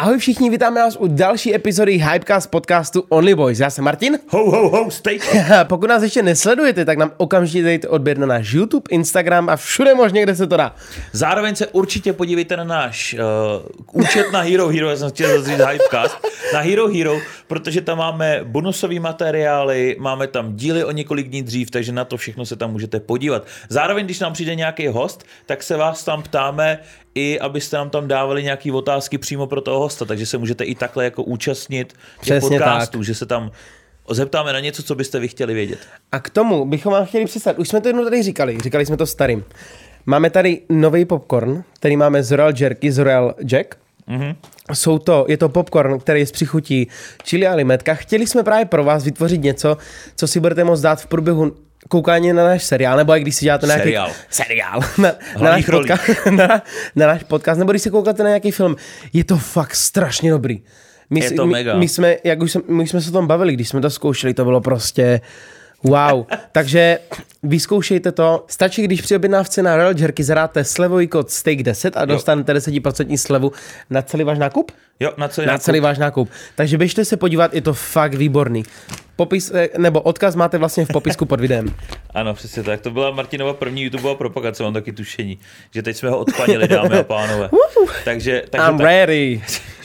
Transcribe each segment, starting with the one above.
Ahoj všichni, vítáme vás u další epizody Hypecast podcastu Only Boys. Já jsem Martin. Ho, stej. Pokud nás ještě nesledujete, tak nám okamžitě dejte odběr na náš YouTube, Instagram a všude možně, kde se to dá. Zároveň se určitě podívejte na náš účet na Hero Hero, já jsem chtěl zazřít Hypecast, na Hero Hero, protože tam máme bonusové materiály, máme tam díly o několik dní dřív, takže na to všechno se tam můžete podívat. Zároveň, když nám přijde nějaký host, tak se vás tam ptáme, i abyste nám tam dávali nějaké otázky přímo pro toho hosta, takže se můžete i takhle jako účastnit těch podcastů, že se tam zeptáme na něco, co byste vy chtěli vědět. A k tomu bychom vám chtěli představit, už jsme to jednou tady říkali jsme to starým. Máme tady nový popcorn, který máme z Royal Jerky, z Royal Jack. Mm-hmm. Je to popcorn, který je z přichutí chili a limetka. Chtěli jsme právě pro vás vytvořit něco, co si budete moct dát v průběhu koukání na náš seriál, nebo když si děláte nějaký seriál na náš podcast, nebo když si koukáte na nějaký film. Je to fakt strašně dobrý. Je to mega. My jsme se o tom bavili, když jsme to zkoušeli, to bylo prostě wow. Takže vyzkoušejte to. Stačí, když při objednávce na Royal Jerky zadáte slevový kód STEAK10 a dostanete 10% slevu na celý váš nákup? Jo, na celý váš nákup. Takže běžte se podívat, je to fakt výborný. Odkaz máte vlastně v popisku pod videem. Ano, přesně tak. To byla Martinova první YouTubeová propagace, mám taky tušení, že teď jsme ho odklanili, dámy a pánové. Takže I'm ready.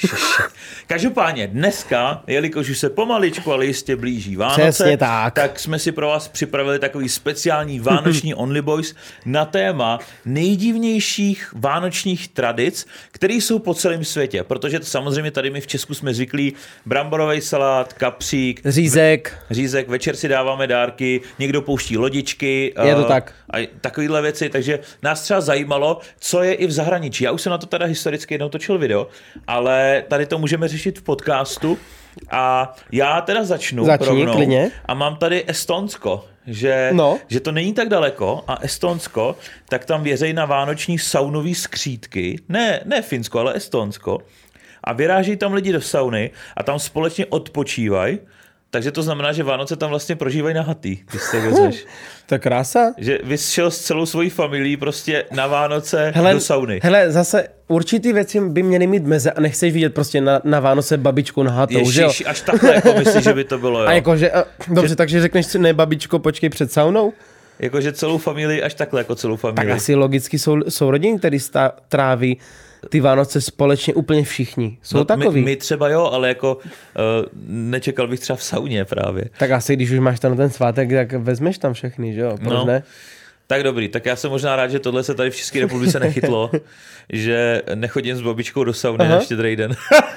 Každopádně dneska, jelikož už se pomaličku, ale jistě blíží Vánoce, tak jsme si pro vás připravili takový speciální vánoční Only Boys na téma nejdivnějších vánočních tradic, které jsou po celém světě, protože samozřejmě tady my v Česku jsme zvyklí bramborový salát, kapřík, řízek, večer si dáváme dárky, někdo pouští lodičky, je to tak. A takovýhle věci, takže nás třeba zajímalo, co je i v zahraničí. Já už jsem na to teda historicky jednou točil video, ale tady to můžeme řešit v podcastu a já teda začnu rovnou. Klidně. A mám tady Estonsko, že to není tak daleko a Estonsko, tak tam věří na vánoční saunový skřítky, ne Finsko, ale Estonsko a vyrážejí tam lidi do sauny a tam společně odpočívají. Takže to znamená, že Vánoce tam vlastně prožívají na hatý, když se vezmeš. To krása. Že vyšel s celou svojí familií prostě na Vánoce do sauny. Hele, zase určitý věci by měly mít meze a nechceš vidět prostě na Vánoce babičku na hatou, Ježiš, že jo? až takhle jako myslíš, že by to bylo, jo? A jakože, dobře, takže řekneš si, ne babičko, počkej před saunou? Jakože celou familii, až takhle jako celou familii. Tak asi logicky jsou rodiny, které tráví ty Vánoce společně úplně všichni. Jsou takový. My třeba jo, ale jako nečekal bych třeba v sauně právě. Tak asi, když už máš tam ten svátek, tak vezmeš tam všechny, že jo? Proč ne? Tak dobrý, tak já jsem možná rád, že tohle se tady v České republice nechytlo, že nechodím s babičkou do sauny na Štědrý den.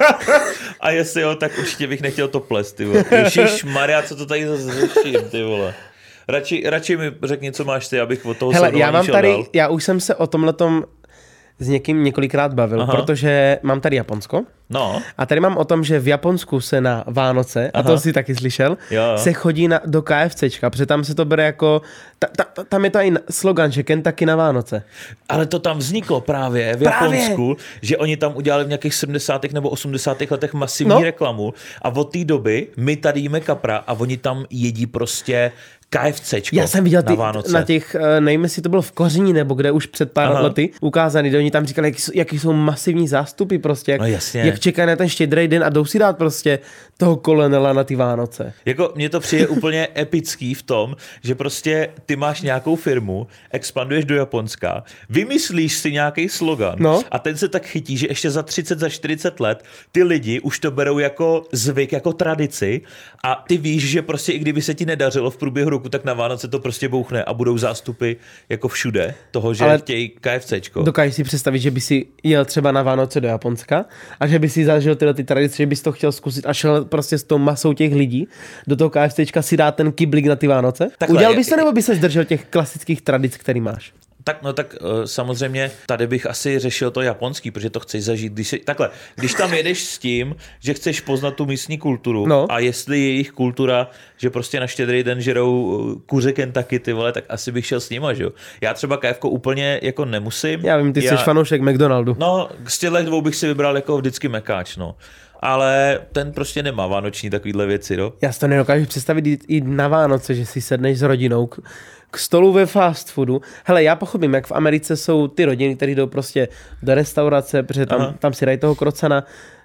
A jestli jo, tak určitě bych nechtěl to plést, ty vole. Ježišmarja, co to tady zase řeším, ty vole. Radši mi řekni, co máš ty, abych od toho sledování šel dál. Já už jsem se o tomhletom s někým několikrát bavil, protože mám tady Japonsko. No. A tady mám o tom, že v Japonsku se na Vánoce, a to jsi taky slyšel, se chodí do KFCčka, protože tam se to bere jako, tam je to i slogan, že Kentucky na Vánoce. Ale to tam vzniklo právě v Japonsku, že oni tam udělali v nějakých 70. nebo 80. letech masivní reklamu a od té doby my tady jíme kapra a oni tam jedí prostě KFCčko. Já jsem viděl na Vánoce. Na těch, nevím, jestli to bylo v Koření, nebo kde už před pár lety ukázaný, kde oni tam říkali, jaký jsou masivní zástupy prostě, jak čekají na ten Štědrý den a jdou si dát prostě toho kolonela na ty Vánoce. Jako mně to přijde úplně epický v tom, že prostě ty máš nějakou firmu, expanduješ do Japonska, vymyslíš si nějaký slogan a ten se tak chytí, že ještě za 30, za 40 let ty lidi už to berou jako zvyk, jako tradici a ty víš, že prostě i kdyby se ti nedařilo v průběhu roku, tak na Vánoce to prostě bouchne a budou zástupy jako všude toho, že chtějí KFCčko. Dokážeš si představit, že by si jel třeba na Vánoce do Japonska a že by si zažil tyhle ty tradice, že bys to chtěl zkusit a šel prostě s tou masou těch lidí do toho KFCčka si dát ten kyblík na ty Vánoce? Takhle, udělal bys to, nebo bys se zdržel těch klasických tradic, který máš? Tak samozřejmě tady bych asi řešil to japonský, protože to chceš zažít. Když tam jedeš s tím, že chceš poznat tu místní kulturu a jestli je jejich kultura, že prostě na Štědrý den žerou kuře Kentucky, ty vole, tak asi bych šel s nima, že jo. Já třeba KFko úplně jako nemusím. Já vím, ty jsi fanoušek McDonaldu. No, z těchto dvou bych si vybral jako vždycky mekáč, no. Ale ten prostě nemá vánoční takovýhle věci, no. Já si to nedokážu představit jít na Vánoce, že si sedneš s rodinou k stolu ve fast foodu. Hele, já pochopím, jak v Americe jsou ty rodiny, které jdou prostě do restaurace, protože tam si dají toho krocana.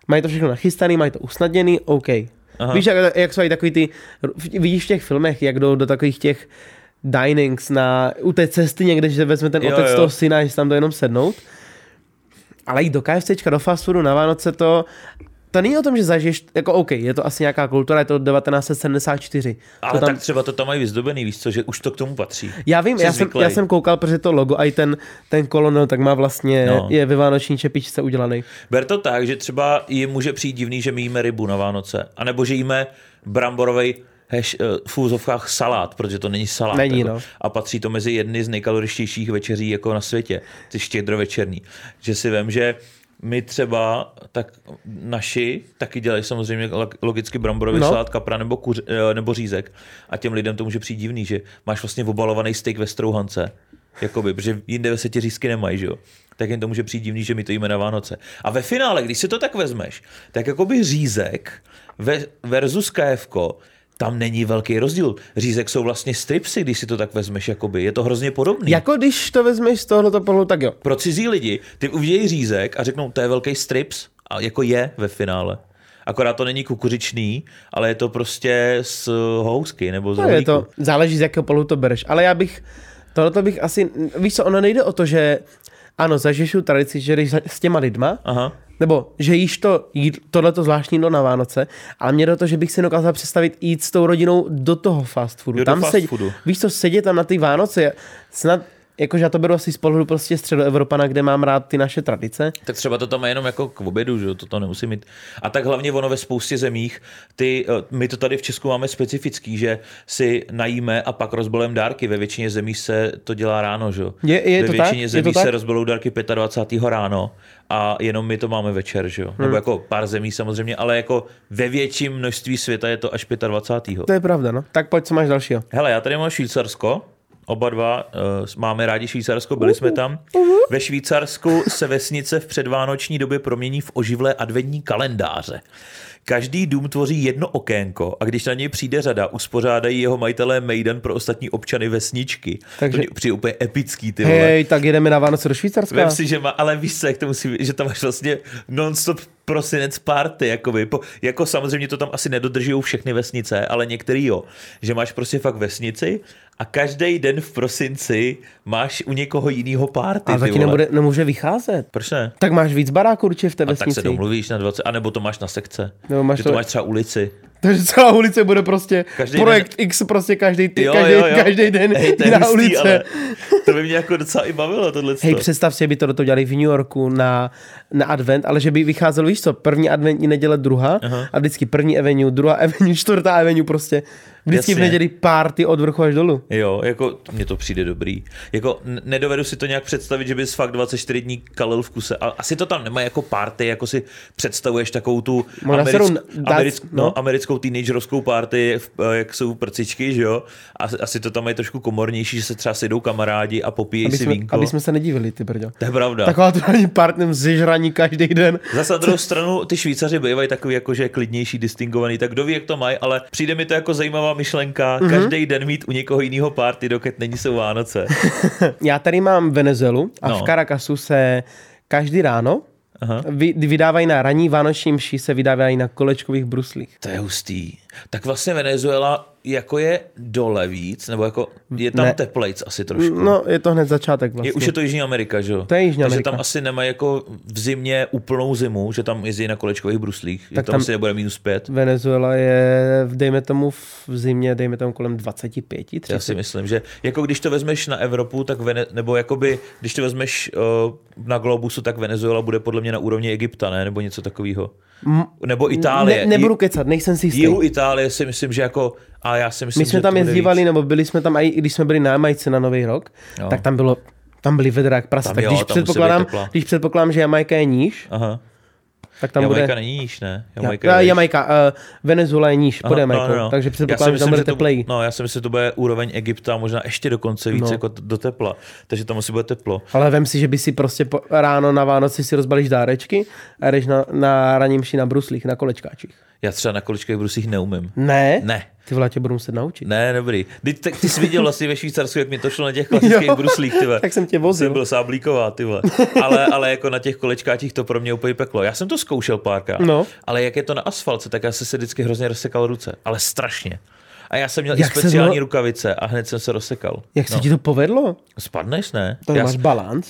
Mají to všechno nachystaný, mají to usnadněný, OK. Aha. Víš, jak jsou takový ty, vidíš v těch filmech, jak jdou do takových těch dinings u té cesty někde, že vezme ten otec toho syna, že se tam to jenom sednout. Ale jít do KFCčka, do fast foodu na Vánoce to není o tom, že zažiješ, jako OK, je to asi nějaká kultura, je to 1974. Ale to tam, tak třeba to tam mají vyzdobený, víš co, že už to k tomu patří. Já vím, já jsem koukal, protože to logo, a i ten kolonel, tak má vlastně, je ve vánoční čepičce udělaný. Ber to tak, že třeba jim může přijít divný, že my jíme rybu na Vánoce, anebo že jíme bramborovej v úzovkách salát, protože to není salát. Není, jako, a patří to mezi jedny z nejkaloričtějších večeří jako na světě, ty štědrovečerní. Že si vem, že my třeba, tak naši taky dělají samozřejmě logicky bramborový salát, kapra nebo řízek. A těm lidem to může přijít divný, že máš vlastně obalovaný steak ve strouhance. Jakoby, protože jinde ve světě řízky nemají, že jo. Tak jim to může přijít divný, že my to jíme na Vánoce. A ve finále, když si to tak vezmeš, tak jakoby řízek versus KFko, tam není velký rozdíl. Řízek jsou vlastně stripsy, když si to tak vezmeš, jakoby. Je to hrozně podobný. Jako když to vezmeš z tohoto pohledu, tak jo. Pro cizí lidi, ty uvidějí řízek a řeknou, to je velký strips, a jako je ve finále. Akorát to není kukuřičný, ale je to prostě z housky nebo z rohlíku. To záleží, z jakého pohledu to bereš. Ale tohleto bych asi, víš co, ono nejde o to, že ano, zažiješ tu tradici, že jdeš s těma lidma, nebo že jíš tohleto zvláštní jídlo na Vánoce, ale mě do toho, že bych si dokázal představit jít s tou rodinou do toho fast foodu. Víš co, sedět tam na ty Vánoce, snad, jakože já to beru asi z pohledu prostě středoevropana, kde mám rád ty naše tradice. Tak třeba to tam je jenom jako k obědu, že to nemusí mít. A tak hlavně ono ve spoustě zemích, my to tady v Česku máme specifický, že si najíme a pak rozbalujeme dárky. Ve většině zemí se to dělá ráno, že? Ve většině zemí se rozbalují dárky 25. ráno a jenom my to máme večer, že jo? Nebo jako pár zemí samozřejmě, ale jako ve větším množství světa je to až 25. To je pravda, no. Tak pojď, co máš dalšího. Hele, já tady mám Švýcarsko. Oba dva máme rádi Švýcarsko, byli jsme tam. Ve Švýcarsku se vesnice v předvánoční době promění v oživlé adventní kalendáře. Každý dům tvoří jedno okénko a když na něj přijde řada, uspořádají jeho majitelé mejdan pro ostatní občany vesničky. Takže to přijde úplně epický, ty vole. Hej, tak jedeme na Vánoce do Švýcarska. Vem si, že ale víš co, jak to musí, že tam máš vlastně non-stop prosinec party, jakoby. Jako samozřejmě to tam asi nedodržují všechny vesnice, ale některý jo. Že máš prostě fakt vesnici a každý den v prosinci máš u někoho jinýho party. A taky nemůže vycházet. Proč ne? Tak máš víc baráků určitě v té vesnici. Tak se domluvíš na 20, anebo to máš na sekce. Že to máš třeba ulici. Takže celá ulice bude prostě každý projekt den... X prostě každý den na ulici. Ale to by mě jako docela i bavilo tohle. Hej, představ si, by to dělali v New Yorku na advent, ale že by vycházelo, víš co, první adventní neděle, druhá a vždycky první avenue, druhá avenue, čtvrtá avenue prostě. Vždycky v neděli party od vrchu až dolů. Jo, jako mně to přijde dobrý. Jako nedovedu si to nějak představit, že bys fakt 24 dní kalil v kuse. A asi to tam nemá jako party, jako si představuješ takovou tu americkou teenagerovskou party, jak jsou prcičky, že jo? Asi to tam je trošku komornější, že se třeba sejdou kamarádi a popíjí si vínko. Aby jsme se nedívali, ty brďo. To je pravda. Taková to ani partnem zežraní každý den. Zase na druhou stranu ty Švýcaři bývají takový jakože klidnější, distingovaný, tak kdo ví, jak to mají, ale přijde mi to jako zajímavá myšlenka, každý den mít u někoho jiného party, dokud není jsou Vánoce. Já tady mám Venezuelu a v Caracasu se každý ráno vydávají na ranní vánoční mši, se vydávají na kolečkových bruslích. To je hustý. Tak vlastně Venezuela jako je dole víc, nebo jako je tam teplejc asi trošku. No, je to hned začátek vlastně. Už je to Jižní Amerika, že jo? To je Jižní Amerika. Takže tam asi nemají jako v zimě úplnou zimu, že tam jezdí na kolečkových bruslích. Tak tam asi nebude -5. Venezuela je, dejme tomu v zimě, dejme tomu kolem 25, 30. Já si myslím, že jako když to vezmeš na Evropu, tak nebo jakoby, když to vezmeš na globusu, tak Venezuela bude podle mě na úrovni Egypta, ne? Nebo něco takového. Nebo Itálie. Nebudu kecat, nejsem si jistý. Jihu Itálie si myslím, že jako... A já si myslím, my jsme tam jezdívali, nebo byli jsme tam, i když jsme byli na Jamajce na Nový rok, tak tam byly vedra jak prasa. Tak když předpokládám, že Jamajka je níž, tak tam Jamajka bude... není níž, ne? Jamajka, Venezuela je níž pod Jamajkou, takže předpokládám, že tam bude tepleji. No, já si myslím, že to bude úroveň Egypta, možná ještě dokonce víc jako do tepla, takže tam asi bude teplo. Ale vem si, že by si prostě ráno na Vánoci si rozbalíš dárečky a jdeš na ranní mši na bruslích, na kolečkáčích. Já třeba na kolečkových bruslích neumím. Ne? Ne. Ty vole, tě budu muset naučit. Ne, dobrý. Ty jsi viděl vlastně ve Švýcarsku, jak mi to šlo na těch klasických bruslích, ty vole. Tak jsem tě vozil. Jsem byl sáblíková, ty vole. Ale jako na těch kolečkáčích to pro mě úplně peklo. Já jsem to zkoušel párkrát, ale jak je to na asfaltce, tak já jsem se vždycky hrozně rozsekal ruce. Ale strašně. A já jsem měl i speciální rukavice a hned jsem se rozsekal. Jak se ti to povedlo? Spadneš, ne? To máš balanc.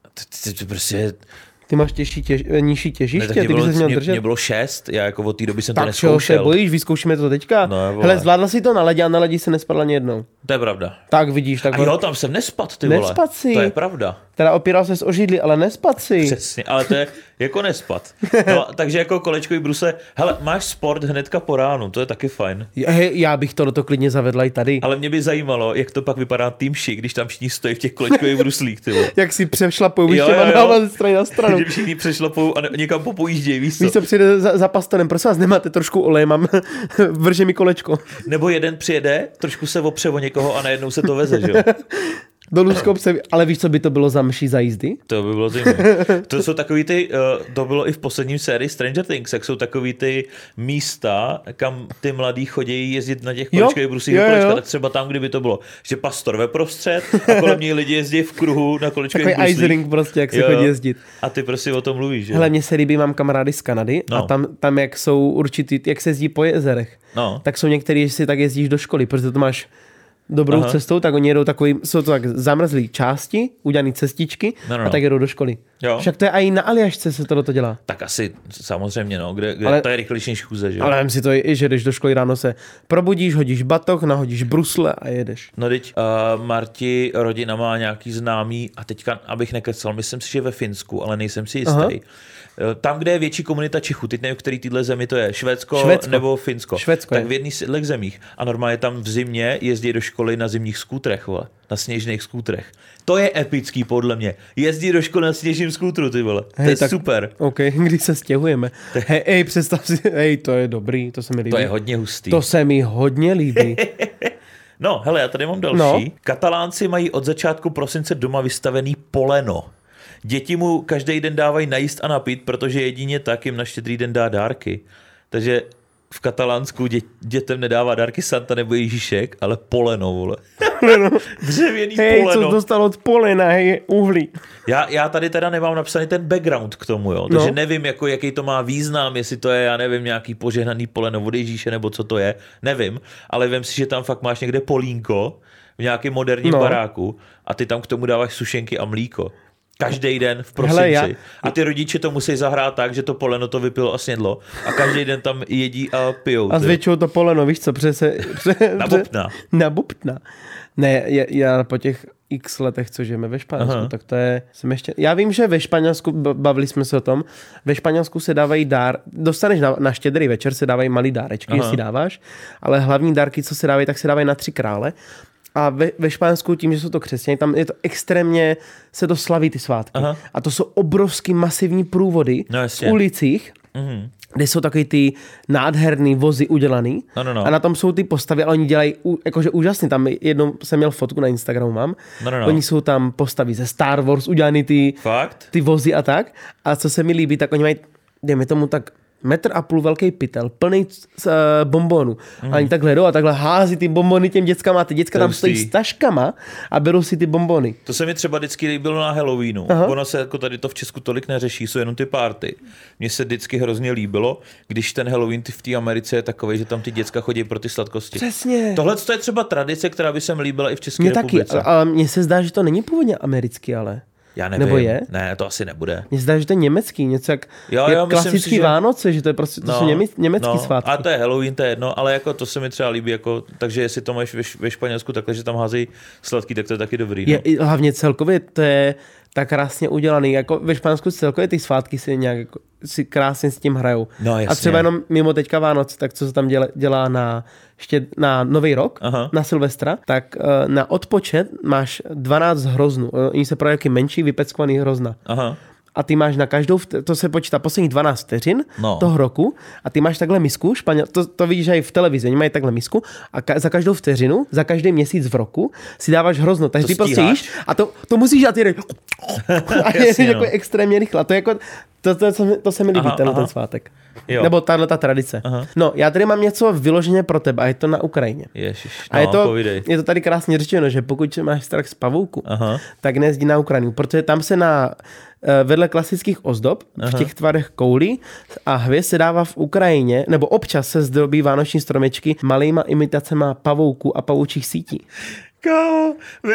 Ty prostě... Ty máš nižší těžiště, ty bys se měl držet. Mě bylo 6, já jako od té doby jsem tak to neskoušel. Tak se bojíš, vyzkoušíme to teďka. No, hele, zvládla si to na ledě a na ledě se nespadla ani jednou. To je pravda. Tak vidíš. Tak a jo, tam jsem nespad, ty vole. Nespad si. To je pravda. Teda opíral ses o židli, ale nespad si. Přesně, ale to je jako nespad. No, takže jako kolečkový brusle, hele, máš sport hnedka po ránu, to je taky fajn. Já bych to klidně zavedla i tady. Ale mě by zajímalo, jak to pak vypadá tým Ši, když tam všichni stojí v těch kolečkových bruslích, ty vole. Jak si přešlapou těma nohama ze strany na stranu. Že všichni přešlapou a někam popojíždějí, víš co? Víš co, přijde za pastonem, prosím vás, nemáte trošku oleje, mám vrže mi kolečko. Nebo jeden přijede, trošku se opře o někoho a najednou se to veze, že jo? Dolů z kopce, ale víš, co by to bylo za mší za jízdy? To by bylo zajímavé. To jsou takový ty, to bylo i v posledním sérii Stranger Things, jak jsou takový ty místa, kam ty mladí chodí jezdit na těch kolečkových bruslích do kolečka, tak třeba tam, kdyby to bylo, že pastor ve prostřed a kolem něj lidi jezdí v kruhu na kolečkových bruslích. Takový ice ring prostě, jak se chodí jezdit. A ty prostě o tom mluvíš, že? Hele, mně se líbí, mám kamarády z Kanady a tam jak jsou určitý, jak se jezdí po jezerech, tak jsou některý, že si tak jezdíš do školy, protože to máš dobrou cestou, tak oni jedou takový, jsou to tak zamrzlý části, udělaný cestičky a tak jedou do školy. Jo. Však to je i na Aljašce se to dělá. Tak asi samozřejmě, no, kde to je rychlejší než chůze, že jo? Ale vem si to, že jdeš do školy ráno, se probudíš, hodíš batoh, nahodíš brusle a jedeš. No teď Marti rodina má nějaký známý a teďka, abych nekecal, myslím si, že ve Finsku, ale nejsem si jistý. Tam, kde je větší komunita Čechů, teď nevím, který tyhle zemi to je, Švédsko nebo Finsko, tak v jedných zemích. A normálně tam v zimě jezdí do školy na zimních skútrech, vole, na sněžných skútrech. To je epický podle mě. Jezdí do školy na sněžným skútru, ty vole. To je tak, super. OK, když se stěhujeme. Hej, představ si, to je dobrý, to se mi líbí. To je hodně hustý. To se mi hodně líbí. No, hele, já tady mám další. No. Katalánci mají od začátku prosince doma vystavený poleno. Děti mu každý den dávají najíst a napít, protože jedině tak jim na Štědrý den dá dárky. Takže v Katalánsku dětem nedává dárky Santa nebo Ježíšek, ale poleno, vole. Dřevěný poleno. Hej, co dostal od polena, hej, uhlí. Já tady teda nemám napsaný ten background k tomu, jo. Takže nevím, jako, jaký to má význam, jestli to je, já nevím, nějaký požehnaný poleno od Ježíše, nebo co to je, nevím. Ale vím si, že tam fakt máš někde polínko v nějakém moderním baráku a ty tam k tomu dáváš sušenky a mlíko. Každý den v prosinci. A ty rodiče to musí zahrát tak, že to poleno to vypilo a snědlo. A každý den tam jedí a pijou. A zvětšují to poleno, víš co? Nabuptná. Ne, já po těch x letech, co žijeme ve Španělsku, tak to je... Já vím, že ve Španělsku, bavili jsme se o tom, ve Španělsku se dávají dostaneš na Štědrý večer, se dávají malý dárečky, jestli dáváš, ale hlavní dárky, co se dávají, tak se dávají na 3 krále. A ve Španělsku tím, že jsou to křesťané, tam je to extrémně, se to slaví ty svátky. Aha. A to jsou obrovský masivní průvody v ulicích, kde jsou takový ty nádherný vozy udělaný. A na tom jsou ty postavy, ale oni dělají jakože úžasně. Tam jednou jsem měl fotku na Instagramu, mám. Oni jsou tam postavy ze Star Wars, udělaný ty vozy a tak. A co se mi líbí, tak oni mají, dejme tomu tak, 1,5 metru velký pytel, plný bombonů. A oni takhle jdou a takhle hází ty bombony těm dětskám a ty děcka tam stojí s taškama a berou si ty bombony. To se mi třeba vždycky líbilo na Halloweenu. Aha. Ono se jako tady to v Česku tolik neřeší, jsou jenom ty party. Mně se vždycky hrozně líbilo, když ten Halloween v té Americe je takový, že tam ty děcka chodí pro ty sladkosti. Přesně. Tohle je třeba tradice, která by se mi líbila i v České republice. Taky, ale mně se zdá, že to není původně americký, ale... Já nevím. Nebo je? Ne, to asi nebude. Mně se zdá, že to je německý, něco jak klasický Vánoce, že to je prostě, to jsou německý svátky. A to je Halloween, to je jedno, ale jako to se mi třeba líbí, jako, takže jestli to máš ve Španělsku takhle, že tam házejí sladký, tak to je taky dobrý. No. Hlavně celkově to je tak krásně udělaný, jako ve Španělsku celkově ty svátky si nějak jako, si krásně s tím hrajou. No, a třeba jenom mimo teďka Vánoce, tak co se tam dělá na Nový rok, na Silvestra, tak na odpočet máš 12 hroznů. Oni se pro jaký menší vypeckovaný hrozna. Aha. A ty máš na každou, to se počítá posledních 12 vteřin toho roku a ty máš takhle misku, to vidíš i v televizi, oni mají takhle misku a za každou vteřinu, za každý měsíc v roku si dáváš hrozno, takže ty prostě jíš a to musíš a ty a je jako extrémně rychle. To se mi líbí, ten svátek. Jo. Nebo tato tradice. Aha. No, já tady mám něco vyloženě pro tebe a je to na Ukrajině. Ježiš, A je povídej. to tady krásně řečeno, že pokud máš strach z pavouku, Aha. tak nejezdí na Ukrajinu, protože tam se vedle klasických ozdob v těch tvarech koulí a hvězd se dává v Ukrajině, nebo občas se zdobí vánoční stromečky malýma imitacema pavouků a pavoučích sítí. Kámo,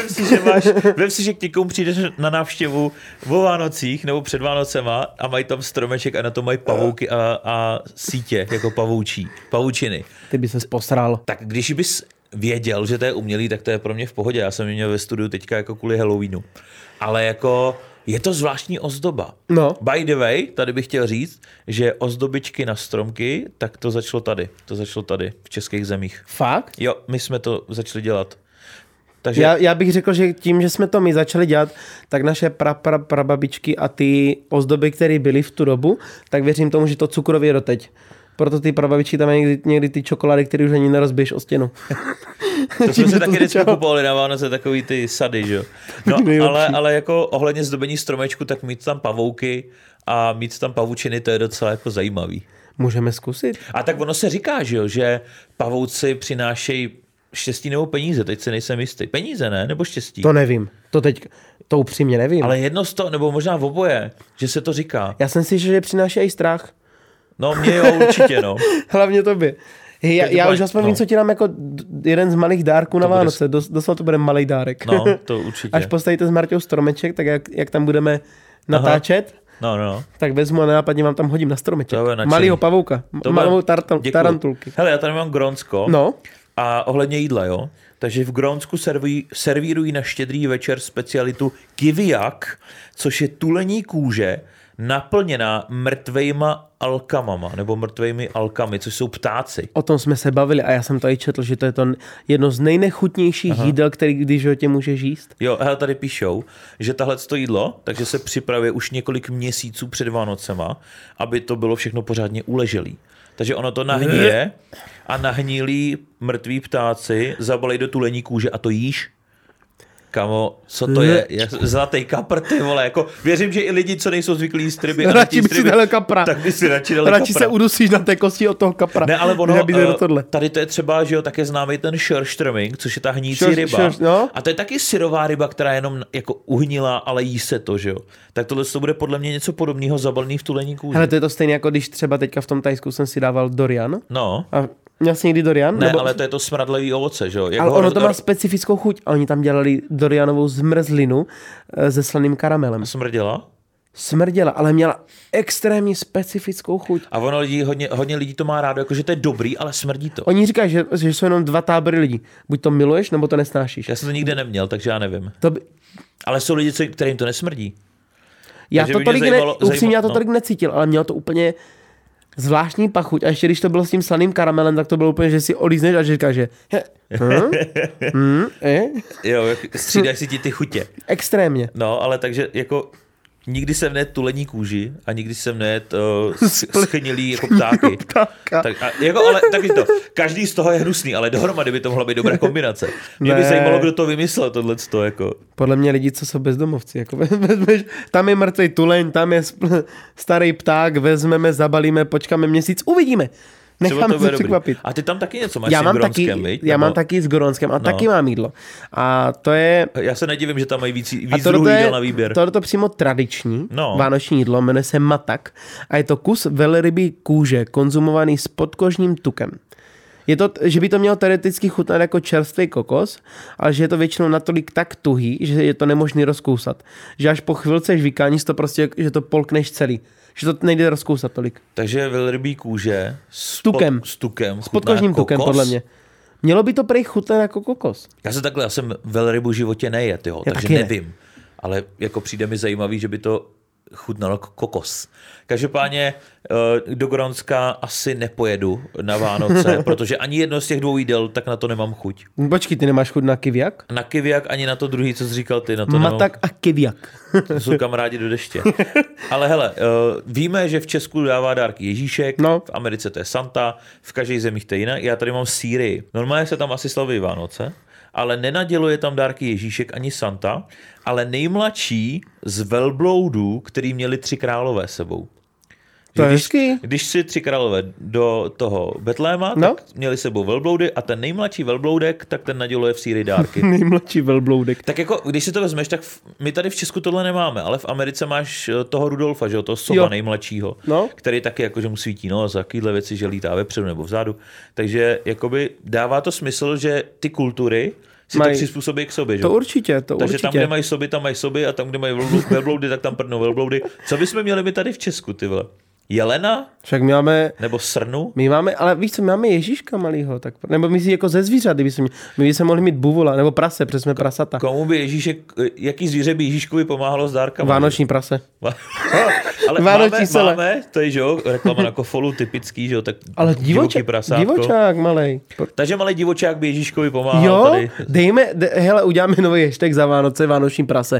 vem si, že k někomu přijdeš na návštěvu o Vánocích nebo před Vánocema a mají tam stromeček a na to mají pavouky a sítě, jako pavučiny. Ty by ses posral. Tak když bys věděl, že to je umělý, tak to je pro mě v pohodě. Já jsem měl ve studiu teďka jako kvůli Halloweenu. Ale jako je to zvláštní ozdoba. No. By the way, tady bych chtěl říct, že ozdobičky na stromky, tak to začalo tady. To začalo tady, v českých zemích. Fakt? Jo, my jsme to začali dělat. Takže... Já bych řekl, že tím, že jsme to my začali dělat, tak naše prababičky a ty ozdoby, které byly v tu dobu, tak věřím tomu, že to cukrově je doteď. Proto ty prababičky tam mají někdy ty čokolády, které už ani nerozbiješ o stěnu. To jsme se taky vždycky kupovali na Vánoce, takový ty sady, že jo. No, ale jako ohledně zdobení stromečku, tak mít tam pavouky a mít tam pavučiny, to je docela jako zajímavý. Můžeme zkusit. A tak ono se říká, že jo, že pavouci přinášejí štěstí nebo peníze, teď se nejsem jistý. Peníze, ne? Nebo štěstí? To nevím. To upřímně nevím. Ale jedno z toho, nebo možná v oboje, že se to říká. Já jsem si, že přináší i strach. No, mě jo, určitě, no. Hlavně tobě. Já už aspoň vím, co ti dám jako jeden z malých dárků na Vánoce. Doslova to bude malý dárek. No, to určitě. Až postavíte s Marťou stromeček, tak jak tam budeme natáčet, no. tak vezmu a nenápadně vám tam hodím na stromeček. Malýho pavouka. Malou tarantulky. Hele, já tady mám Grónsko. No. A ohledně jídla, jo. Takže v Grónsku servírují na štědrý večer specialitu kiviak, což je tulení kůže naplněná mrtvejma alkamama, nebo mrtvejmi alkami, což jsou ptáci. O tom jsme se bavili a já jsem to i četl, že to je to jedno z nejnechutnějších jídel, který když ho tě můžeš jíst. Jo, hele, tady píšou, že tahle to jídlo, takže se připravuje už několik měsíců před Vánocema, aby to bylo všechno pořádně uleželý. Takže ono to nahníje a nahnílí mrtví ptáci zabalej do tulení kůže a to jíš. Kamo, co to je? Zlatý kapr, ty vole, jako věřím, že i lidi, co nejsou zvyklí jíst ryby, radši by si dali kapra. Tak by si radši dali radši kapra. Se udusíš na té kosti od toho kapra. Ne, ale ono, tady to je třeba, že jo, také známý ten Schörströmming, což je ta hnící ryba. No? A to je taky syrová ryba, která jenom jako uhnila, ale jí se to, že jo. Tak tohle to bude podle mě něco podobného zabalený v tulení kůži. Hele, to je to stejně jako když třeba teďka v tom Thajsku jsem si dával dorian. No. A měl jsi někdy dorian? Ne, ale to je to smradlavý ovoce, že jo. Ale ono to má specifickou chuť. A oni tam dělali dorianovou zmrzlinu se slaným karamelem. A smrděla? Smrděla, ale měla extrémně specifickou chuť. A ono hodně lidí to má rádo, jakože to je dobrý, ale smrdí to. Oni říkají, že jsou jenom dva tábory lidí. Buď to miluješ, nebo to nesnášíš. Já jsem to nikdy neměl, takže já nevím. To Ale jsou lidi, kterým to nesmrdí. Já to tolik necítil, ale mělo to úplně zvláštní pachuť. A ještě když to bylo s tím slaným karamelem, tak to bylo úplně, že si olízneš a že říkáš, že jo, střídáš si ti ty chutě. Extrémně. No, ale takže jako nikdy jsem nejet tulení kůži a nikdy jsem nejet schnilý jako ptáky. Tak, ale taky to. Každý z toho je hnusný, ale dohromady by to mohla být dobrá kombinace. Mě by zajímalo, kdo to vymyslel, tohleto. Jako. Podle mě lidi, co jsou bezdomovci. Jako tam je mrtvý tuleň, tam je starý pták, vezmeme, zabalíme, počkáme měsíc, uvidíme. Necháme se překvapit. A ty tam taky něco máš s tím Grónskem, viď? Já mám taky s Grónskem a taky mám jídlo. A to je... Já se nedivím, že tam mají víc druhů jídel na výběr. To je to přímo tradiční vánoční jídlo, jmenuje se matak a je to kus velrybí kůže konzumovaný s podkožním tukem. Je to, že by to mělo teoreticky chutnat jako čerstvý kokos, ale že je to většinou natolik tak tuhý, že je to nemožný rozkousat. Že až po chvilce žvíkání to prostě, že to polkneš celý. Že to nejde rozkousat tolik. Takže velrybí kůže s tukem. S podkožním tukem, podle mě. Mělo by to prej chutnat jako kokos. Já jsem velrybu v životě nejet, takže nevím. Ale jako přijde mi zajímavý, že by to chutnalo jako kokos. Každopádně do Grónska asi nepojedu na Vánoce, protože ani jedno z těch dvou jídel, tak na to nemám chuť. Počkej, ty nemáš chuť na kiviak? Na kiviak ani na to druhý, co jsi říkal ty. Na to matak a kiviak. To jsou kamarádi do deště. Ale hele, víme, že v Česku dává dárky Ježíšek, v Americe to je Santa, v každé zemi to je jinak. Já tady mám Sýrii. Normálně se tam asi slaví Vánoce, ale nenaděluje tam dárky Ježíšek ani Santa, ale nejmladší z velbloudů, který měli 3 králové sebou. To je hezký. Když si 3 králové do toho Betléma, tak měli sebou velbloudy a ten nejmladší velbloudek, tak ten naděluje v Sýrii dárky. Nejmladší velbloudek. Tak jako, když si to vezmeš, tak my tady v Česku tohle nemáme, ale v Americe máš toho Rudolfa, že jo, toho soba nejmladšího, který taky jako, že mu svítí nos a takovýhle věci, že lítá vepředu nebo vzadu. Takže jakoby dává to smysl, že ty kultury si to přizpůsobí k sobě. Že? To určitě. Takže tam, kde mají soby, tam mají soby a tam, kde mají velbloudy, tak tam prdnou velbloudy. Co bychom měli my tady v Česku, ty vole? Jelena? Však my máme... Nebo srnu? My máme, ale víš co, my máme Ježíška malýho, tak, nebo my si jako ze zvířat, my bychom mohli mít buvola, nebo prase, protože jsme prasata. Komu by Ježíšek, jaký zvíře by Ježíškovi pomáhalo s dárkama? Vánoční prase. Ale máme, to je, že jo, reklama na Kofolu, typický, že jo, tak ale divočák malej. Takže malej divočák by Ježíškovi pomáhal tady. Hele, uděláme nový hashtag za Vánoce, Vánoční prase.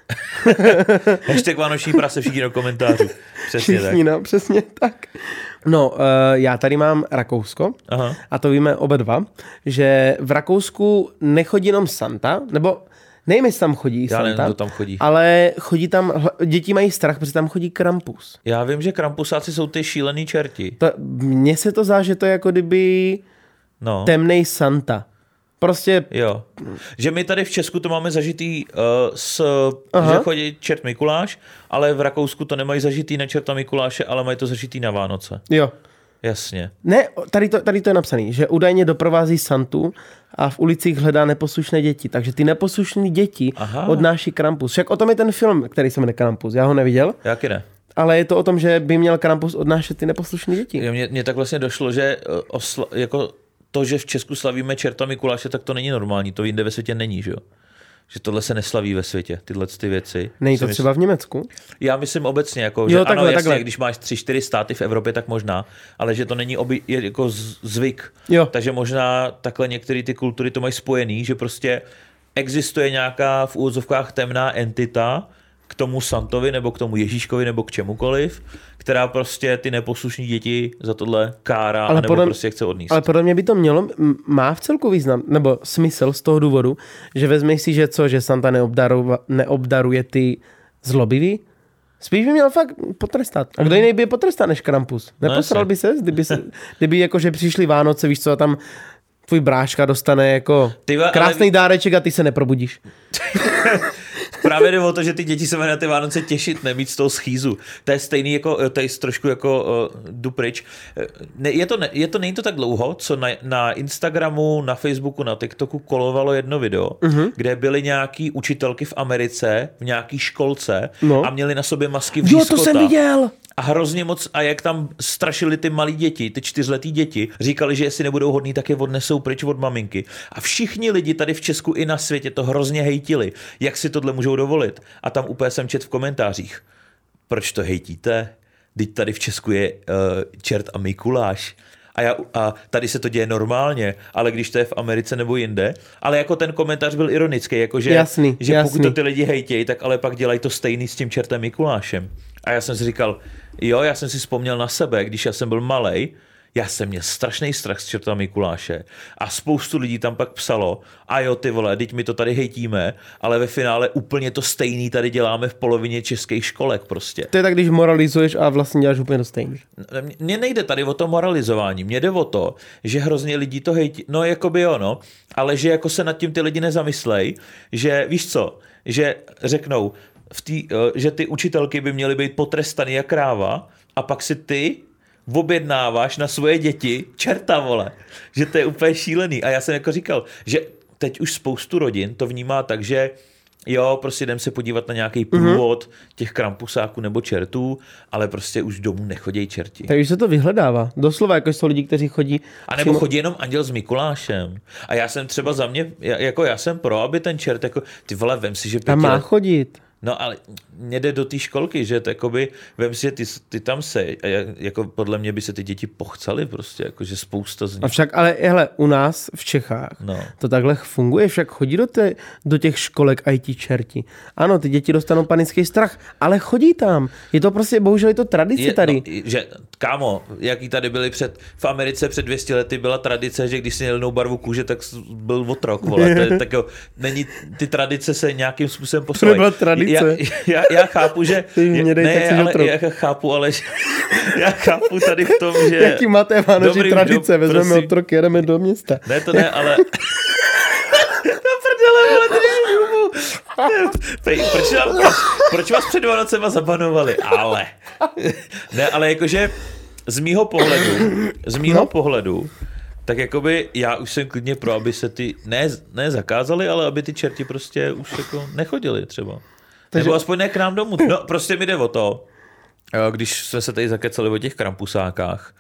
Hashtag Vánoční prase, všichni do komentářů. Přesně všichni, tak. No, přesně tak. No, já tady mám Rakousko. Aha. A to víme oba dva, že v Rakousku nechodí jenom Santa, nebo nevím, jestli tam chodí Santa, nevím, kdo tam chodí. Ale chodí tam, děti mají strach, protože tam chodí Krampus. Já vím, že Krampusáci jsou ty šílený čerti. Mně se to zdá, že to je jako kdyby temnej Santa. Prostě... Jo. Že my tady v Česku to máme zažitý že chodí čert Mikuláš, ale v Rakousku to nemají zažitý na čerta Mikuláše, ale mají to zažitý na Vánoce. Jo. Jasně. Ne, tady to je napsaný, že údajně doprovází Santu a v ulicích hledá neposlušné děti. Takže ty neposlušné děti odnáší Krampus. Však o tom je ten film, který se jmenuje Krampus. Já ho neviděl. Jaký ne? Ale je to o tom, že by měl Krampus odnášet ty neposlušné děti. Mně tak vlastně došlo, že jako to, že v Česku slavíme čerta Mikuláše, tak to není normální. To jinde ve světě není, že jo? Že tohle se neslaví ve světě, tyhle ty věci. Není to třeba v Německu? Já myslím obecně, jako, že takhle, ano, jasně, když máš 3-4 státy v Evropě, tak možná, ale že to není jako zvyk. Jo. Takže možná takhle některé ty kultury to mají spojený, že prostě existuje nějaká v úvodzovkách temná entita k tomu Santovi, nebo k tomu Ježíškovi, nebo k čemukoliv, která prostě ty neposlušní děti za tohle kárá, nebo prostě chce odníst. Ale podle mě by to má v celku význam, nebo smysl z toho důvodu, že vezmeš si, že Santa neobdaruje ty zlobivý, spíš by měl fakt potrestat. A kdo jiný by je potrestat než Krampus? Neposral by ses, kdyby jakože přišli Vánoce, víš co, a tam tvůj bráška dostane jako krásný dáreček a ty se neprobudíš. Právě jde o to, že ty děti se mají na ty Vánoce těšit, nemít z toho schýzu. To je stejný jako, to je trošku jako jdu pryč. Není to tak dlouho, co na Instagramu, na Facebooku, na TikToku kolovalo jedno video, kde byly nějaký učitelky v Americe, v nějaký školce a měli na sobě masky vřízkota. Jo, to jsem viděl! A hrozně moc, a jak tam strašili ty malí děti, ty 4letý děti, říkali, že jestli nebudou hodný, tak je odnesou pryč od maminky. A všichni lidi tady v Česku i na světě to hrozně hejtili. Jak si tohle můžou dovolit? A tam úplně jsem čet v komentářích. Proč to hejtíte? Vždyť tady v Česku je čert a Mikuláš. A tady se to děje normálně, ale když to je v Americe nebo jinde, ale jako ten komentář byl ironický, jakože jasný. Pokud to ty lidi hejtějí, tak ale pak dělají to stejný s tím čertem Mikulášem. A já jsem si říkal, já jsem si vzpomněl na sebe, když já jsem byl malej, já jsem měl strašný strach z čerta Mikuláše a spoustu lidí tam pak psalo, a jo ty vole, teď my to tady hejtíme, ale ve finále úplně to stejný tady děláme v polovině českých školek prostě. To je tak, když moralizuješ a vlastně děláš úplně to stejný. Mně nejde tady o to moralizování, mně jde o to, že hrozně lidí to hejtí, no jakoby jo, no, ale že jako se nad tím ty lidi nezamyslej, že víš co, že řeknou, že ty učitelky by měly být potrestaný jak kráva a pak si ty objednáváš na svoje děti čerta, vole. Že to je úplně šílený. A já jsem jako říkal, že teď už spoustu rodin to vnímá tak, že jo, prostě jdem se podívat na nějaký průvod těch krampusáků nebo čertů, ale prostě už domů nechodí čerti. Takže se to vyhledává. Doslova, jako jsou lidi, kteří chodí... A nebo chodí jenom anděl s Mikulášem. A já jsem třeba za mě, jako já jsem pro, aby ten čert, jako ty vole, vem si, že tam má chodit. No ale mě jde do té školky, že takoby, vem si, že ty tam jako podle mě by se ty děti pochcaly prostě, jakože spousta z nich. Avšak, ale hele, u nás v Čechách to takhle funguje, však chodí do těch školek IT čerti. Ano, ty děti dostanou panický strach, ale chodí tam. Je to prostě, bohužel je to tradice tady. No, že, kámo, jaký tady byli v Americe před 200 lety byla tradice, že když si měl jinou barvu kůže, tak byl otrok, vole. Tak jo, není, ty tradice se nějakým způsobem posouvají. Já chápu, že... Já chápu, ale já chápu tady v tom, že... Jaký máte vánoční tradice, vezmeme otroky, jedeme do města. Ne, to ne, ale... Proč vás před Vánocema zabanovali? Ale... Ne, ale jakože z mýho pohledu, tak jakoby já už jsem klidně pro, aby se ty, ne zakázali, ale aby ty čerti prostě už jako nechodili třeba. Takže... Nebo aspoň ne k nám domů. No prostě mi jde o to, když jsme se tady zakecali o těch krampusákách,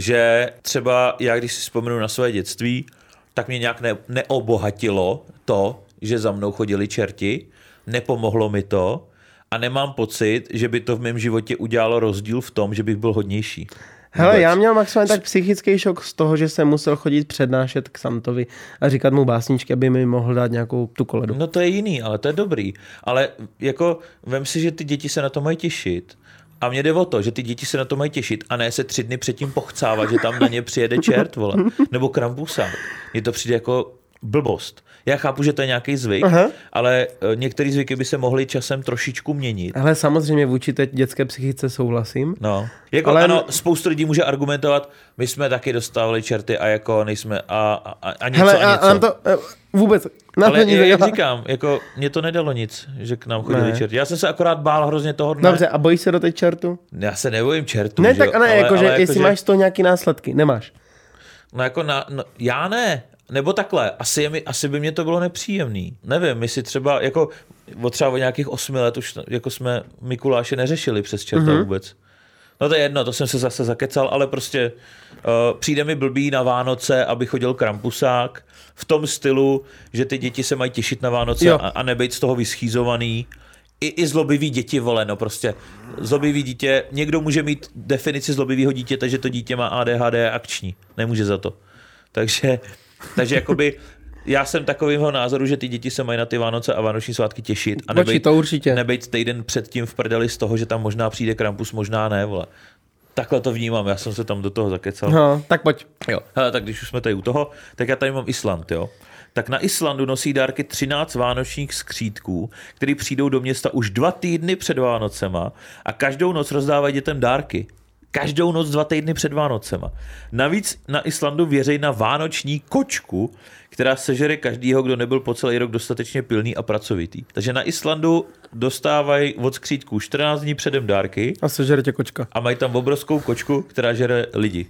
že třeba já, když si vzpomenu na své dětství, tak mě nějak neobohatilo to, že za mnou chodili čerti, nepomohlo mi to a nemám pocit, že by to v mém životě udělalo rozdíl v tom, že bych byl hodnější. Hele, já měl maximálně tak psychický šok z toho, že jsem musel chodit přednášet k Santovi a říkat mu básničky, aby mi mohl dát nějakou tu koledu. No to je jiný, ale to je dobrý. Ale jako vem si, že ty děti se na to mají těšit. A mně jde o to, že ty děti se na to mají těšit a ne se 3 dny předtím pochcávat, že tam na ně přijede čert, vole. Nebo krampusák. Mně to přijde jako blbost. Já chápu, že to je nějaký zvyk, ale některé zvyky by se mohly časem trošičku měnit. Ale samozřejmě vůči té dětské psychice souhlasím. No. Jako ale... ano, spoustu lidí může argumentovat, my jsme taky dostávali čerty a jako nejsme a něco hele, a něco. Ale to vůbec. Ale jak říkám, jako mě to nedalo nic, že k nám chodili čerty. Já jsem se akorát bál hrozně toho dne. Dobře, a bojíš se do té čertu? Já se nebojím čertu. Ne, tak ne, jakože jestli máš z toho nějaký následky, nemáš. No jako já ne. Nebo takhle, asi by mě to bylo nepříjemný. Nevím, my si třeba, jako třeba o nějakých 8 let už jako jsme Mikuláše neřešili přes čerta vůbec. No to je jedno, to jsem se zase zakecal, ale prostě přijde mi blbý na Vánoce, aby chodil krampusák v tom stylu, že ty děti se mají těšit na Vánoce a nebejt z toho vyschýzovaný. I zlobivý děti, vole, no prostě zlobivý dítě, někdo může mít definici zlobivého dítěte, že to dítě má ADHD akční, nemůže za to. Takže jakoby já jsem takového názoru, že ty děti se mají na ty Vánoce a vánoční svátky těšit a nebejt týden předtím v prdeli z toho, že tam možná přijde Krampus, možná ne, vole. Takhle to vnímám, já jsem se tam do toho zakecal. No, tak pojď. Jo, hele, tak když už jsme tady u toho, tak já tady mám Island, jo. Tak na Islandu nosí dárky 13 vánočních skřítků, který přijdou do města už 2 týdny před Vánocema a každou noc rozdávají dětem dárky. Každou noc 2 týdny před Vánocema. Navíc na Islandu věří na vánoční kočku, která sežere každýho, kdo nebyl po celý rok dostatečně pilný a pracovitý. Takže na Islandu dostávají od skřítků 14 dní předem dárky. A sežere tě kočka. A mají tam obrovskou kočku, která žere lidi.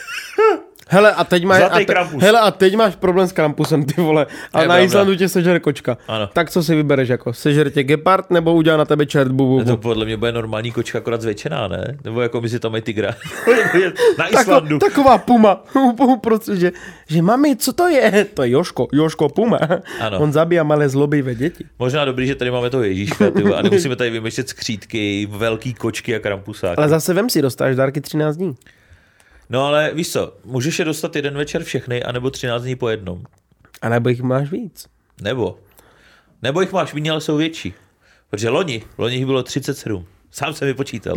Hele, a teď máš problém s Krampusem, ty vole. A na Islandu tě sežere kočka. Ano. Tak co si vybereš jako? Sežere tě gepard nebo udělá na tebe čert bubu? To podle mě bude normální kočka, akorát zvětšená, ne? Nebo jako my si tam mají tygra. Na Islandu. Taková puma. Protože, že mami, co to je? To je Joško puma. Ano. On zabíjá malé zlobivé děti. Možná dobrý, že tady máme toho Ježíška, tyvo, a nemusíme tady vymýšlet skřítky, velký kočky a krampusáky. Ale zase vem si, dostáš dárky 13 dní. No ale víš co, můžeš je dostat jeden večer všechny, anebo 13 dní po jednom. A nebo jich máš víc. Nebo jich máš méně, ale jsou větší. Protože loni jich bylo 37. Sám jsem vypočítal.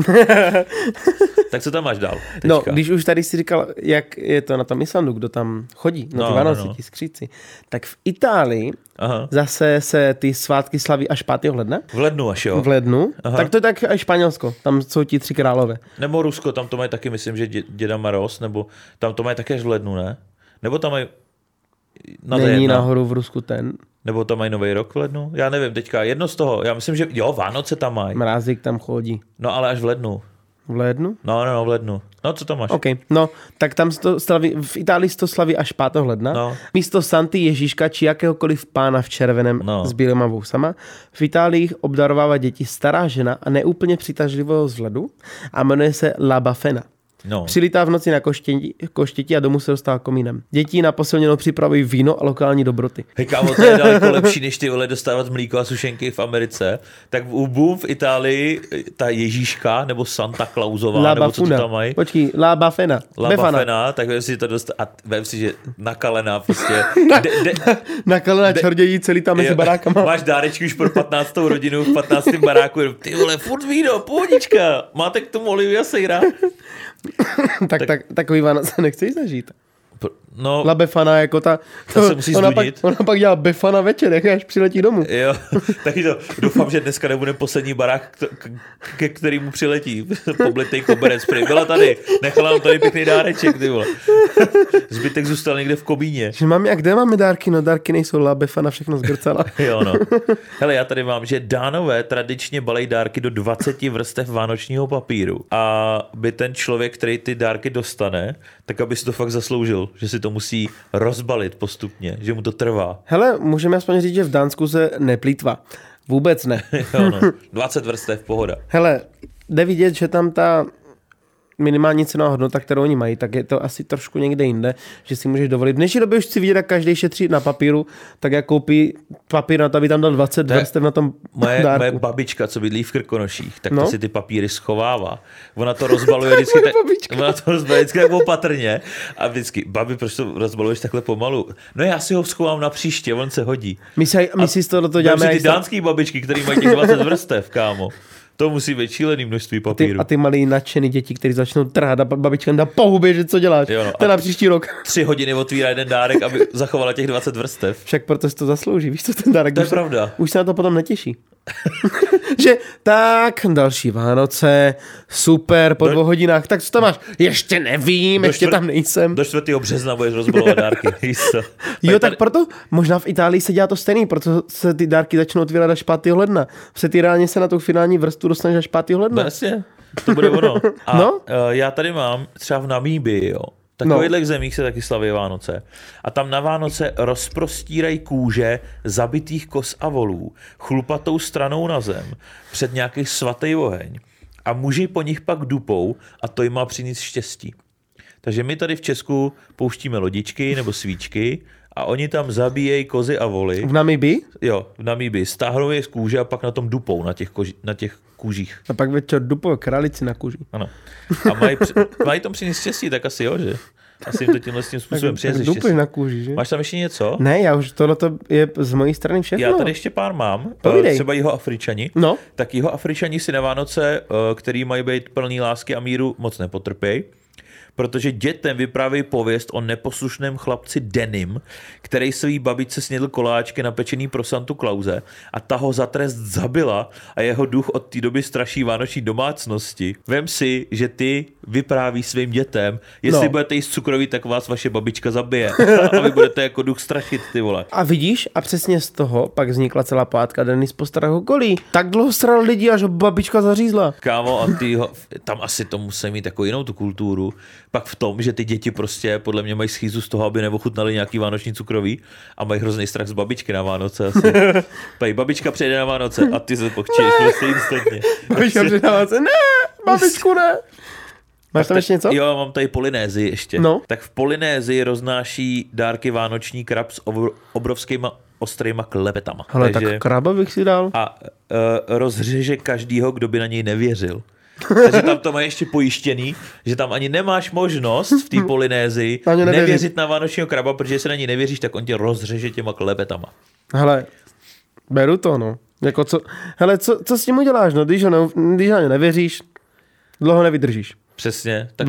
Tak co tam máš dál? Teďka? No, když už tady si říkal, jak je to na tom Islandu, kdo tam chodí, na ty Vánoce, ti skříci, tak v Itálii zase se ty svátky slaví až 5. ledna. V lednu až, jo? V lednu. Aha. Tak to je tak až Španělsko, tam jsou ti 3 králové. Nebo Rusko, tam to mají taky, myslím, že děda Maroz, nebo tam to mají taky až v lednu, ne? Nebo tam mají... Není nahoru v Rusku ten... Nebo tam mají Nový rok v lednu? Já nevím, teďka jedno z toho. Já myslím, že jo, Vánoce tam mají. Mrázik tam chodí. No ale až v lednu. V lednu? No, v lednu. No, co tam máš? OK, no, tak tam to slaví, v Itálii to slaví až 5. ledna. No. Místo Santy Ježíška či jakéhokoliv pána v červeném s bílýma vousama. V Itálii obdarovává děti stará žena a neúplně přitažlivého vzhledu a jmenuje se La Bafana. No. Přilítá v noci na koštěti a domů se dostává komínem. Děti na posilněnou připravují víno a lokální dobroty. Hej kámo, to je daleko lepší, než ty vole dostávat mlíko a sušenky v Americe. Tak boom v Itálii ta Ježíška nebo Santa Clausová, La nebo Bafuna. co to tam mají. Počkej, La Bafana. La Bafana, tak vem si to a vem si, že nakalená prostě. Nakalená čardějí celý tam mezi barákama. Máš dárečky už pro 15. rodinu v 15. baráku. Ty vole, furt víno, pohodička. Máte k tomu olivia sejra? tak takový Vánoce nechceš zažít. No, La Befana, jako ta se musí zbudit. Ona pak dělá Befana večer, až přiletí domů. Jo, taky to. Doufám, že dneska nebude poslední barák, ke kterému přiletí. Poblitej koberec. Byla tady. Nechala nám tady pěkný dáreček, ty vole. Zbytek zůstal někde v Kobíně. Že mami, a kde máme dárky? No dárky nejsou, La Befana všechno zgrcala. Jo, no. Hele, já tady mám, že Dánové tradičně balej dárky do 20 vrstev vánočního papíru. A by ten člověk, který ty dárky dostane, tak aby si to fakt zasloužil, že si to musí rozbalit postupně, že mu to trvá. Hele, můžeme aspoň říct, že v Dánsku se neplýtvá. Vůbec ne. Jo, no. 20 vrstev, pohoda. Hele, jde vidět, že tam ta minimální cenová hodnota, kterou oni mají, tak je to asi trošku někde jinde, že si můžeš dovolit. V dnešní době už chci vidět, jak každý šetří na papíru, tak jak koupí papír na to, aby tam dal 20 vrstev na tom dárku. Moje babička, co bydlí v Krkonoších, tak to si ty papíry schovává. Ona to rozbaluje vždycky, vždycky tak opatrně a vždycky, babi, proč to rozbaluješ takhle pomalu? No já si ho schovám na příště, on se hodí. My si z toho děláme ty dánský babičky, který mají těch 20 vrstev, kámo. To musí být šílený množství papíru. A ty malý nadšený děti, kteří začnou trhat a babička dá po hubě, že co děláš? Jo, no, to je na příští rok. 3 hodiny otvírá jeden dárek, aby zachovala těch 20 vrstev. Však proto si to zaslouží, víš co ten dárek? To je pravda. Už se na to potom netěší. Že tak, další Vánoce, super, po 2 hodinách, tak co tam máš? Ještě nevím, ještě tam nejsem. Do 4. března budeš rozbalovat dárky. Jo, tak proto možná v Itálii se dělá to stejný, proto se ty dárky začnou otvírat až 5. ledna. Ty reálně se na tu finální vrstvu dostaneš až 5. ledna. Vlastně, to bude ono. A já tady mám třeba v Namíbii, jo. Takovýchhle zemích se taky slaví Vánoce. A tam na Vánoce rozprostírají kůže zabitých koz a volů chlupatou stranou na zem před nějaký svatý oheň. A muži po nich pak dupou a to jim má přinést štěstí. Takže my tady v Česku pouštíme lodičky nebo svíčky a oni tam zabíjejí kozy a voly. V Namibii? Jo, v Namibii. Stáhnou je z kůže a pak na tom dupou, na těch kůžích. A pak večer dupou králici na kůži. Ano. A mají tam přinést štěstí, tak asi jo, že? Asi jim to tímhle tím způsobem přinese štěstí. Na kůži, že? Máš tam ještě něco? Ne, já už tohleto je z mojí strany všechno. Já tady ještě pár mám. Povídej. Třeba Jihoafričani. No. Tak Jihoafričani si na Vánoce, který mají být plný lásky a míru, moc nepotrpějí. Protože dětem vyprávějí pověst o neposlušném chlapci Denim, který svý babičce snědl koláčky napečený pro Santu Klause a ta ho za trest zabila a jeho duch od té doby straší vánoční domácnosti. Vem si, že ty vyprávíš svým dětem, jestli budete jíst cukroví, tak vás vaše babička zabije. A vy budete jako duch strašit, ty vole. A vidíš, a přesně z toho pak vznikla celá pohádka Denis po starého kolí. Tak dlouho sral lidi, až ho babička zařízla. Kámo, a tam asi to musí mít jako jinou tu kulturu. Pak v tom, že ty děti prostě podle mě mají schýzu z toho, aby neochutnali nějaký vánoční cukroví a mají hrozný strach z babičky na Vánoce asi. Babička přijde na Vánoce a ty se pochčíš prostě instantně. Babička přijde na Vánoce, ne, babičku ne. Máš tam ještě něco? Jo, mám tady Polynézii ještě. No. Tak v Polynézii roznáší dárky vánoční krab s obrovskýma ostrýma klepetama. Ale tak kraba bych si dal. A rozřeže každýho, kdo by na něj nevěřil. Takže tam to mají ještě pojištěný, že tam ani nemáš možnost v té Polynézii nevěřit na vánočního kraba, protože se na něj nevěříš, tak on tě rozřeže těma klepetama. Hele, beru to, no. Jako co s tím uděláš, no? Když na ně nevěříš, dlouho nevydržíš. Přesně. Tak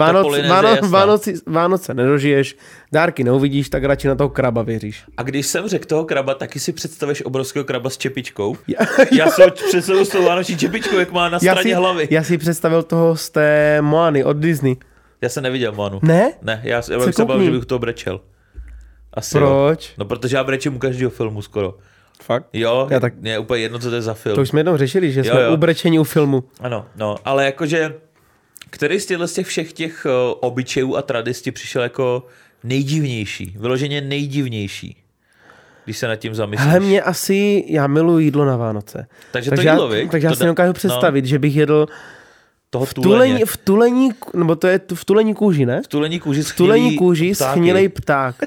Vánoce nedožiješ, dárky neuvidíš, tak radši na toho kraba věříš. A když jsem řekl toho kraba, taky si představíš obrovského kraba s čepičkou. Já si představil s tou vánoční čepičkou, jak má na straně hlavy. Já si představil toho z té Moany od Disney. Já jsem neviděl Moanu. Ne? Ne, já bych se bavil, že bych toho brečel. Asi proč? Jo. No, protože já brečím u každého filmu skoro. Fakt? Jo, je úplně jedno, co to je za film. To už jsme jednou řešili, že jsme u brečení u filmu. Ano, no, ale jakože který z těch všech těch obyčejů a tradic ti přišel jako nejdivnější, vyloženě nejdivnější, když se nad tím zamyslíš? Ale mě asi, já miluji jídlo na Vánoce. Takže to jídlo, víš? Takže já si nedokážu představit, že bych jedl toho v tulení, nebo to je v tulení kůži, ne? V tulení kůži schnilej pták.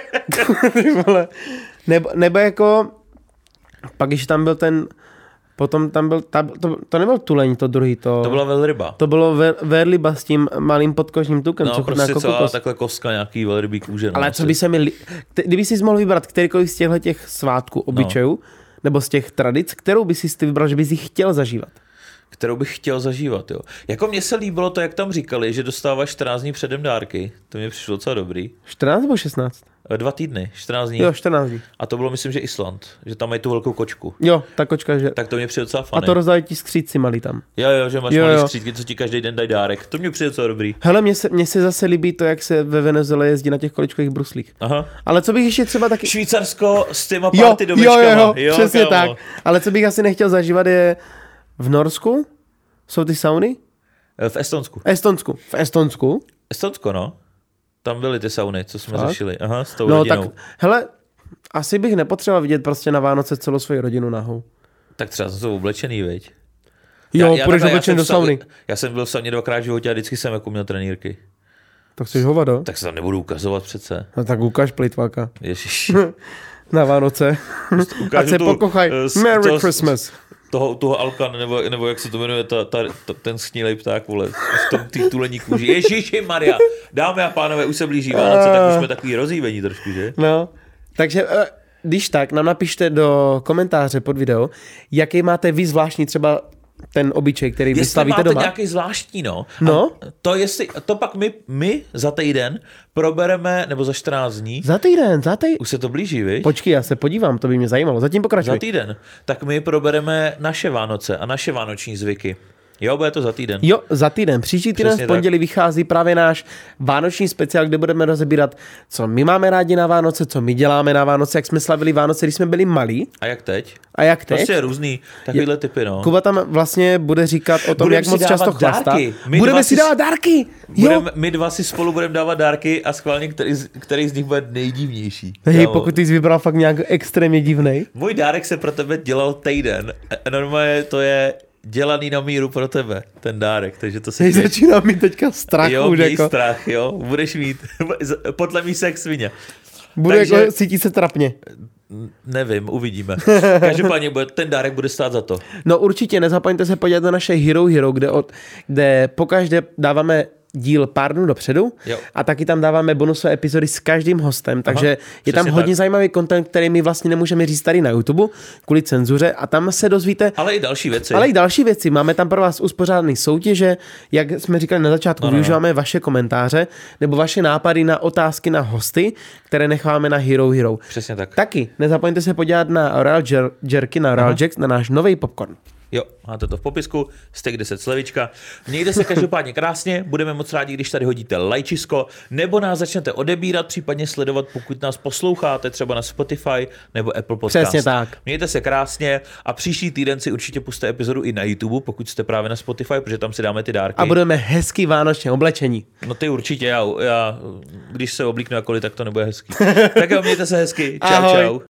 nebo jako, pak když tam byl ten, potom tam byl, to nebyl tuleň, to druhý. To byla velryba. To bylo velryba s tím malým podkožním tukem. No, prostě celá takhle koska, nějaký velrybí kůže. Ale co by se mi, kdyby jsi mohl vybrat kterýkoliv z těch svátků, obyčejů, nebo z těch tradic, kterou by si vybral, že bys ji chtěl zažívat? kterou bych chtěl zažívat. Jo. Jako mně se líbilo to, jak tam říkali, že dostáváš 14 dní předem dárky. To mi přišlo docela dobrý. 14 nebo 16? 2 týdny, 14 dní. Jo, 14 dní. A to bylo, myslím, že Island, že tam mají tu velkou kočku. Jo, ta kočka, že... Tak to mě přijde docela funny. A to rozdají ti skřídci malí tam. Jo, že máš malý skřídky, co ti každý den dají dárek. To mě přijde docela dobrý. Hele, mně se zase líbí to, jak se ve Venezuele jezdí na těch kolečkových bruslích. Aha. Ale co bych ještě třeba taky... Švýcarsko s těma party domečkama. Jo, přesně kámo. Tak. Ale co bych asi nechtěl zažívat je v Norsku. Jsou ty sauny? V Estonsku. V Estonsku? Estonsko, no. Tam byly ty sauny, co jsme řešili. Aha, s tou no, rodinou. Tak, hele, asi bych nepotřeboval vidět prostě na Vánoce celou svoji rodinu nahou. Tak třeba jsou oblečený, veď? Jo, půjdeš oblečený do sauny. Já jsem byl v sauně 2krát v životě a vždycky jsem jako měl trenýrky. Tak chceš hovado? Tak se tam nebudu ukazovat přece. No tak ukáž plejtváka. Ježiš. Na Vánoce. Ať se pokochaj. Merry Christmas. Toho Alkan, nebo jak se to jmenuje, ten schnilej pták, vole, v tom tý tulení kůži. Ježiši Maria, dámy a pánové, už se blíží Vánoce, tak už jsme takový rozhýbení trošku, že? No, takže když tak, nám napište do komentáře pod video, jaký máte vy zvláštní třeba ten obyčej, který vy slavíte doma. Jestli máte nějaký zvláštní, no. To pak my za týden probereme, nebo za 14 dní. Za týden. Už se to blíží, viď? Počkej, já se podívám, to by mě zajímalo. Zatím pokračuj. Za týden. Tak my probereme naše Vánoce a naše vánoční zvyky. Jo, bude to za týden. Jo, za týden. Příští týden v pondělí vychází právě náš vánoční speciál, kde budeme rozebírat, co my máme rádi na Vánoce, co my děláme na Vánoce, jak jsme slavili Vánoce, když jsme byli malí. A jak teď? Prostě různý takovýhle typy, no. Kuba tam vlastně bude říkat o tom, jak moc často chlastá. Budeme si dávat dárky. My dva si spolu budeme dávat dárky a schválně, který z nich bude nejdivnější. Hej, pokud ty jsi vybral fakt nějak extrémně divnej. Můj dárek se pro tebe dělal týden. Normálně to je dělaný na míru pro tebe, ten dárek, takže to se... Začíná mít teďka strach. Jo, měj strach, jo, budeš mít, potlemí se jak svině. Takže... jako cítí se trapně. Nevím, uvidíme. Každopádně ten dárek bude stát za to. No určitě, nezapomeňte se podívat na naše Hero, kde pokaždé dáváme díl pár dnů dopředu a taky tam dáváme bonusové epizody s každým hostem, takže je tam hodně zajímavý content, který my vlastně nemůžeme říct tady na YouTube kvůli cenzuře a tam se dozvíte... Ale i další věci. Máme tam pro vás uspořádané soutěže, jak jsme říkali na začátku, využíváme vaše komentáře nebo vaše nápady na otázky na hosty, které necháváme na Hero. Přesně tak. Taky nezapomeňte se podívat na Royal Jerky, na Royal Jacks, na náš nový popcorn. Jo, máte to v popisku, steak 10 slevička. Mějte se každopádně krásně, budeme moc rádi, když tady hodíte lajčisko, nebo nás začnete odebírat, případně sledovat, pokud nás posloucháte třeba na Spotify nebo Apple Podcast. Přesně tak. Mějte se krásně a příští týden si určitě pusťte epizodu i na YouTube, pokud jste právě na Spotify, protože tam si dáme ty dárky. A budeme hezký vánočně oblečení. No ty určitě, já když se oblíknu jakkoliv, tak to nebude hezký. Tak jo, mějte se hezky. Čau, Ahoj. čau.